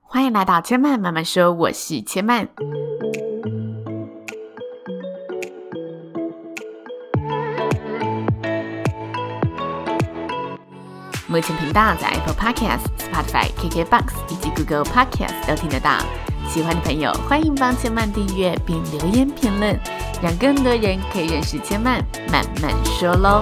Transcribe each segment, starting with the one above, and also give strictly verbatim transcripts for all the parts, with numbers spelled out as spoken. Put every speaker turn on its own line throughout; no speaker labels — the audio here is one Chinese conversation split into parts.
欢迎来到千曼慢慢说，我是千曼。目前频道在 Apple Podcast、Spotify、K K B O X 以及 Google Podcast 都听得到。喜欢的朋友欢迎帮千曼订阅并留言评论，让更多人可以认识千曼慢慢说咯。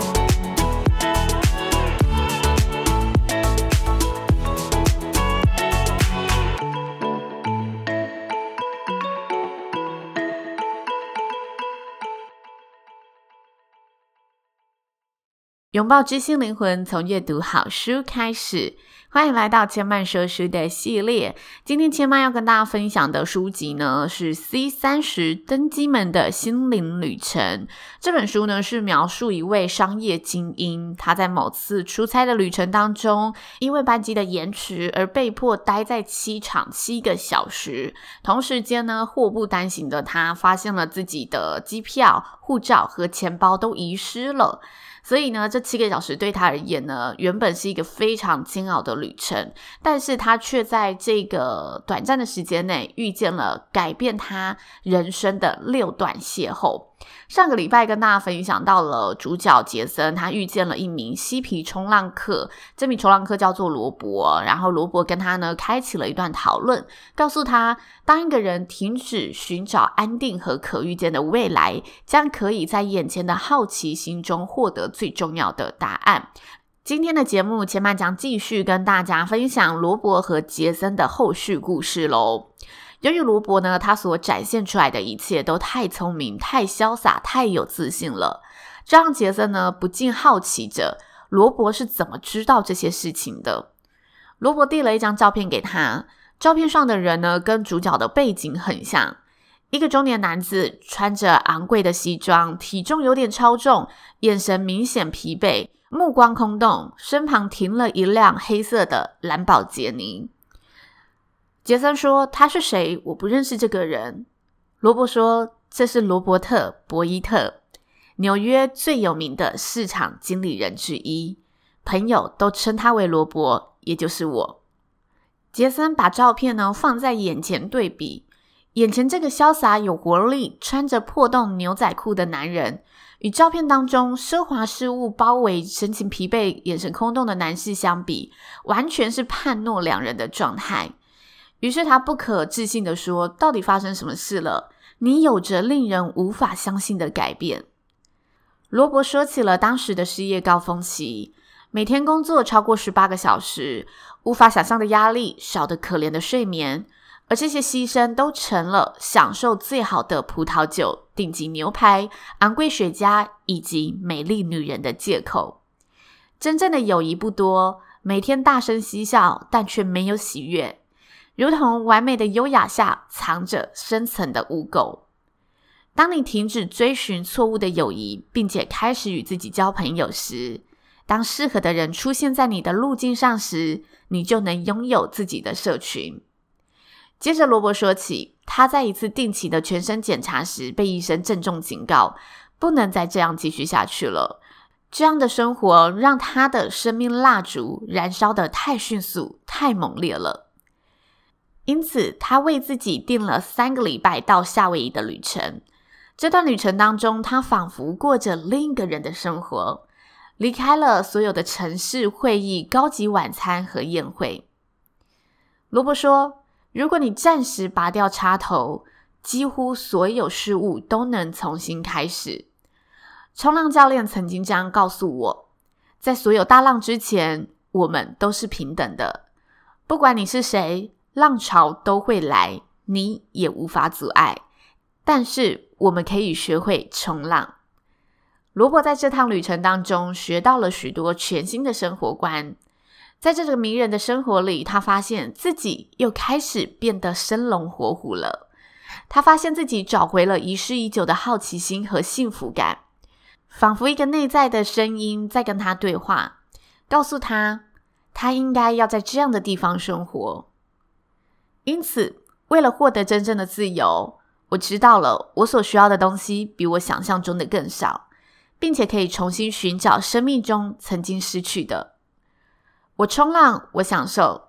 拥抱知性灵魂，从阅读好书开始。欢迎来到千曼说书的系列。今天千曼要跟大家分享的书籍呢，是 C 三十 登机门的心灵旅程。这本书呢，是描述一位商业精英，他在某次出差的旅程当中，因为班机的延迟而被迫待在机场七个小时。同时间呢，祸不单行的他发现了自己的机票、护照和钱包都遗失了。所以呢，这七个小时对他而言呢，原本是一个非常煎熬的旅程，但是他却在这个短暂的时间内遇见了改变他人生的六段邂逅。上个礼拜跟大家分享到了主角杰森，他遇见了一名嬉皮冲浪客，这名冲浪客叫做罗伯，然后罗伯跟他呢开启了一段讨论，告诉他当一个人停止寻找安定和可预见的未来，将可以在眼前的好奇心中获得最重要的答案。今天的节目千曼将继续跟大家分享罗伯和杰森的后续故事咯。由于罗伯呢，他所展现出来的一切都太聪明、太潇洒、太有自信了，这让杰森呢不禁好奇着罗伯是怎么知道这些事情的。罗伯递了一张照片给他，照片上的人呢跟主角的背景很像，一个中年男子穿着昂贵的西装，体重有点超重，眼神明显疲惫，目光空洞，身旁停了一辆黑色的兰博基尼。杰森说他是谁？我不认识这个人。罗伯说这是罗伯特·博伊特，纽约最有名的市场经理人之一，朋友都称他为罗伯，也就是我。杰森把照片呢放在眼前对比，眼前这个潇洒有活力、穿着破洞牛仔裤的男人，与照片当中奢华事物包围、神情疲惫、眼神空洞的男士相比，完全是判若两人的状态。于是他不可置信地说，到底发生什么事了？你有着令人无法相信的改变。罗伯说起了当时的事业高峰期，每天工作超过十八个小时，无法想象的压力，少得可怜的睡眠，而这些牺牲都成了享受最好的葡萄酒、顶级牛排、昂贵雪茄以及美丽女人的借口。真正的友谊不多，每天大声嬉笑，但却没有喜悦，如同完美的优雅下藏着深层的污垢。当你停止追寻错误的友谊，并且开始与自己交朋友时，当适合的人出现在你的路径上时，你就能拥有自己的社群。接着罗伯说起，他在一次定期的全身检查时被医生郑重警告，不能再这样继续下去了。这样的生活让他的生命蜡烛燃烧得太迅速、太猛烈了。因此他为自己定了三个礼拜到夏威夷的旅程。这段旅程当中，他仿佛过着另一个人的生活，离开了所有的城市会议、高级晚餐和宴会。罗伯说，如果你暂时拔掉插头，几乎所有事物都能重新开始。冲浪教练曾经这样告诉我，在所有大浪之前，我们都是平等的，不管你是谁，浪潮都会来，你也无法阻碍，但是我们可以学会冲浪。罗伯在这趟旅程当中学到了许多全新的生活观，在这个迷人的生活里，他发现自己又开始变得生龙活虎了。他发现自己找回了遗失已久的好奇心和幸福感，仿佛一个内在的声音在跟他对话，告诉他他应该要在这样的地方生活。因此，为了获得真正的自由，我知道了我所需要的东西比我想象中的更少，并且可以重新寻找生命中曾经失去的。我冲浪，我享受，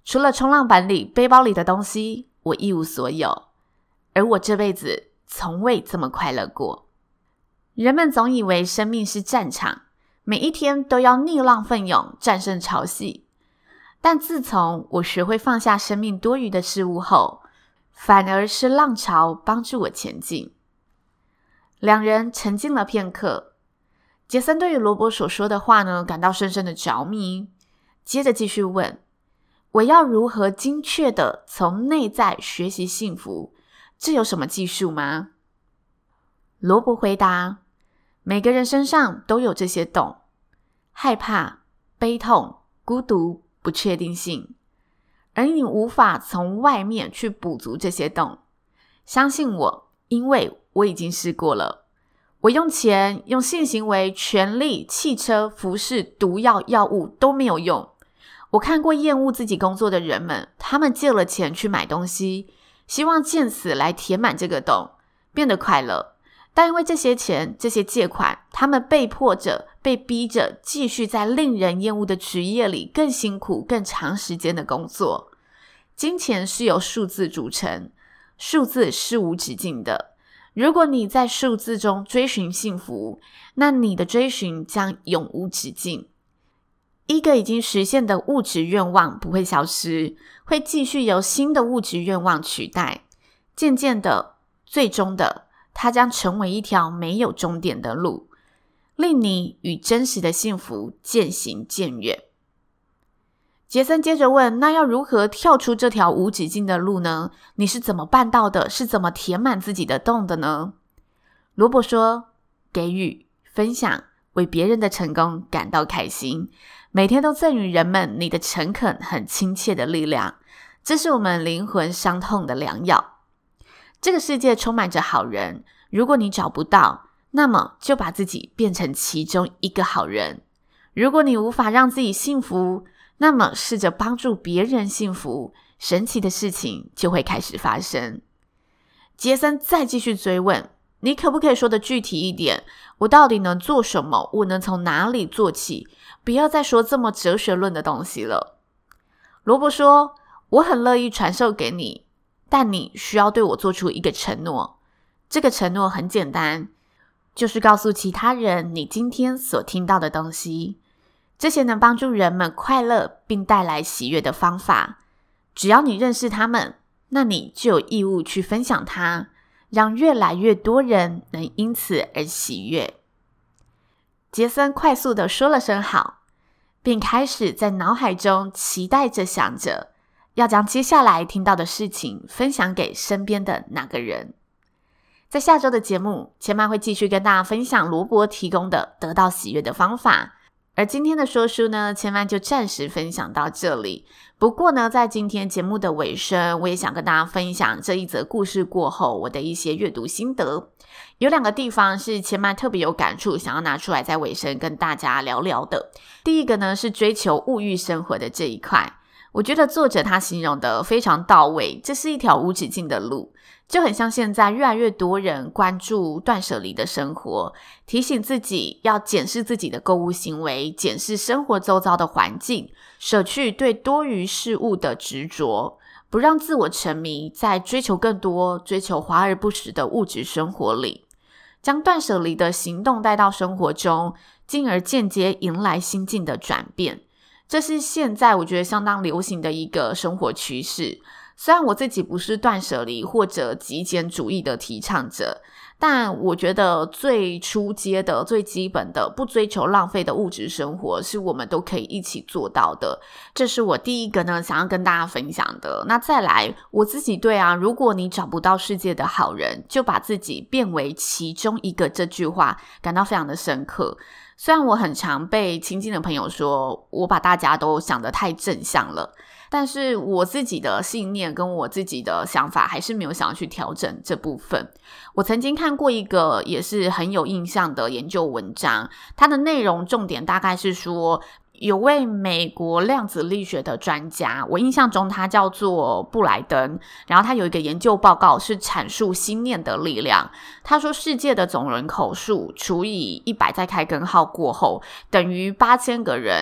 除了冲浪板里背包里的东西，我一无所有，而我这辈子从未这么快乐过。人们总以为生命是战场，每一天都要逆浪奋勇，战胜潮汐。但自从我学会放下生命多余的事物后，反而是浪潮帮助我前进。两人沉静了片刻，杰森对于罗伯所说的话呢，感到深深的着迷，接着继续问，我要如何精确地从内在学习幸福？这有什么技术吗？罗伯回答，每个人身上都有这些洞，害怕、悲痛、孤独、不确定性，而你无法从外面去补足这些洞。相信我，因为我已经试过了。我用钱、用性行为、权力、汽车、服饰、毒药、药物都没有用。我看过厌恶自己工作的人们，他们借了钱去买东西，希望借此来填满这个洞，变得快乐。但因为这些钱、这些借款，他们被迫着、被逼着继续在令人厌恶的职业里更辛苦、更长时间的工作。金钱是由数字组成，数字是无止境的。如果你在数字中追寻幸福，那你的追寻将永无止境。一个已经实现的物质愿望不会消失，会继续由新的物质愿望取代。渐渐的，最终的，它将成为一条没有终点的路，令你与真实的幸福渐行渐远。杰森接着问，那要如何跳出这条无止境的路呢？你是怎么办到的？是怎么填满自己的洞的呢？罗伯说，给予、分享，为别人的成功感到开心，每天都赠予人们你的诚恳很亲切的力量，这是我们灵魂伤痛的良药。这个世界充满着好人，如果你找不到，那么就把自己变成其中一个好人。如果你无法让自己幸福，那么试着帮助别人幸福，神奇的事情就会开始发生。杰森再继续追问，你可不可以说的具体一点？我到底能做什么？我能从哪里做起？不要再说这么哲学论的东西了。罗伯说，我很乐意传授给你，但你需要对我做出一个承诺。这个承诺很简单，就是告诉其他人你今天所听到的东西。这些能帮助人们快乐并带来喜悦的方法，只要你认识他们，那你就有义务去分享它，让越来越多人能因此而喜悦。杰森快速地说了声好，并开始在脑海中期待着想着要将接下来听到的事情分享给身边的哪个人。在下周的节目，千曼会继续跟大家分享罗伯提供的得到喜悦的方法。而今天的说书呢，千曼就暂时分享到这里。不过呢，在今天节目的尾声，我也想跟大家分享这一则故事过后我的一些阅读心得。有两个地方是千曼特别有感触，想要拿出来在尾声跟大家聊聊的。第一个呢，是追求物欲生活的这一块。我觉得作者他形容的非常到位，这是一条无止境的路，就很像现在越来越多人关注断舍离的生活，提醒自己要检视自己的购物行为，检视生活周遭的环境，舍去对多余事物的执着，不让自我沉迷在追求更多、追求华而不实的物质生活里，将断舍离的行动带到生活中，进而间接迎来心境的转变。这是现在我觉得相当流行的一个生活趋势。虽然我自己不是断舍离或者极简主义的提倡者，但我觉得最初阶的、最基本的不追求浪费的物质生活是我们都可以一起做到的。这是我第一个呢想要跟大家分享的。那再来，我自己对啊，如果你找不到世界的好人，就把自己变为其中一个，这句话感到非常的深刻。虽然我很常被亲近的朋友说我把大家都想得太正向了，但是我自己的信念跟我自己的想法还是没有想要去调整这部分。我曾经看过一个也是很有印象的研究文章，它的内容重点大概是说，有位美国量子力学的专家，我印象中他叫做布莱登，然后他有一个研究报告是阐述心念的力量。他说世界的总人口数除以一百再开根号过后，等于八千个人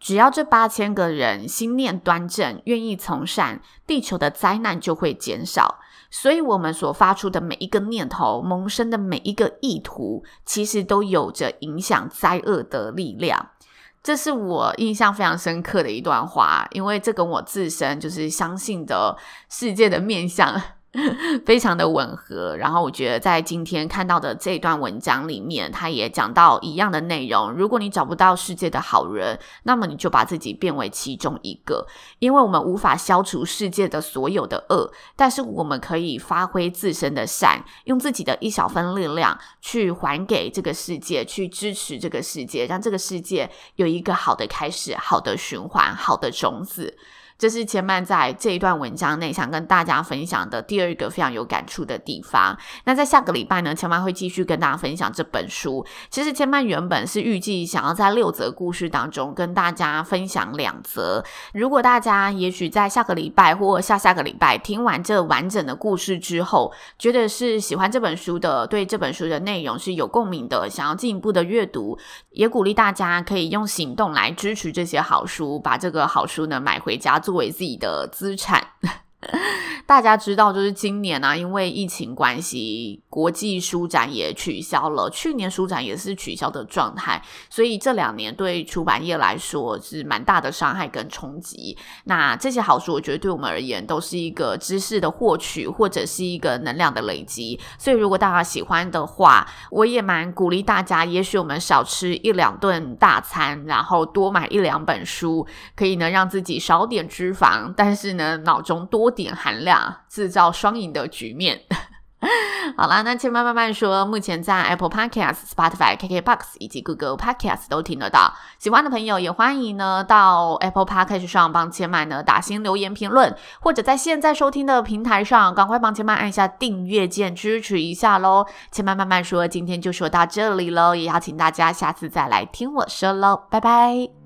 只要这八千个人心念端正，愿意从善，地球的灾难就会减少。所以我们所发出的每一个念头，萌生的每一个意图，其实都有着影响灾厄的力量。这是我印象非常深刻的一段话，因为这跟我自身就是相信的世界的面向非常的吻合。然后我觉得在今天看到的这一段文章里面，他也讲到一样的内容。如果你找不到世界的好人，那么你就把自己变为其中一个，因为我们无法消除世界的所有的恶，但是我们可以发挥自身的善，用自己的一小分力量去还给这个世界，去支持这个世界，让这个世界有一个好的开始，好的循环，好的种子。这是千曼在这一段文章内想跟大家分享的第二个非常有感触的地方。那在下个礼拜呢，千曼会继续跟大家分享这本书。其实千曼原本是预计想要在六则故事当中跟大家分享两则，如果大家也许在下个礼拜或下下个礼拜听完这完整的故事之后，觉得是喜欢这本书的，对这本书的内容是有共鸣的，想要进一步的阅读，也鼓励大家可以用行动来支持这些好书，把这个好书呢买回家作为自己的资产。大家知道就是今年啊，因为疫情关系，国际书展也取消了，去年书展也是取消的状态，所以这两年对出版业来说是蛮大的伤害跟冲击。那这些好书我觉得对我们而言都是一个知识的获取，或者是一个能量的累积，所以如果大家喜欢的话，我也蛮鼓励大家，也许我们少吃一两顿大餐，然后多买一两本书，可以呢让自己少点脂肪，但是呢脑中多点含量，制造双赢的局面。好啦，那千曼慢慢说，目前在 Apple Podcast、Spotify、K K B O X 以及 Google Podcast 都听得到。喜欢的朋友也欢迎呢到 Apple Podcast 上帮千曼呢打星留言评论，或者在现在收听的平台上赶快帮千曼按下订阅键支持一下咯。千曼慢慢说今天就说到这里咯，也邀请大家下次再来听我说咯，拜拜。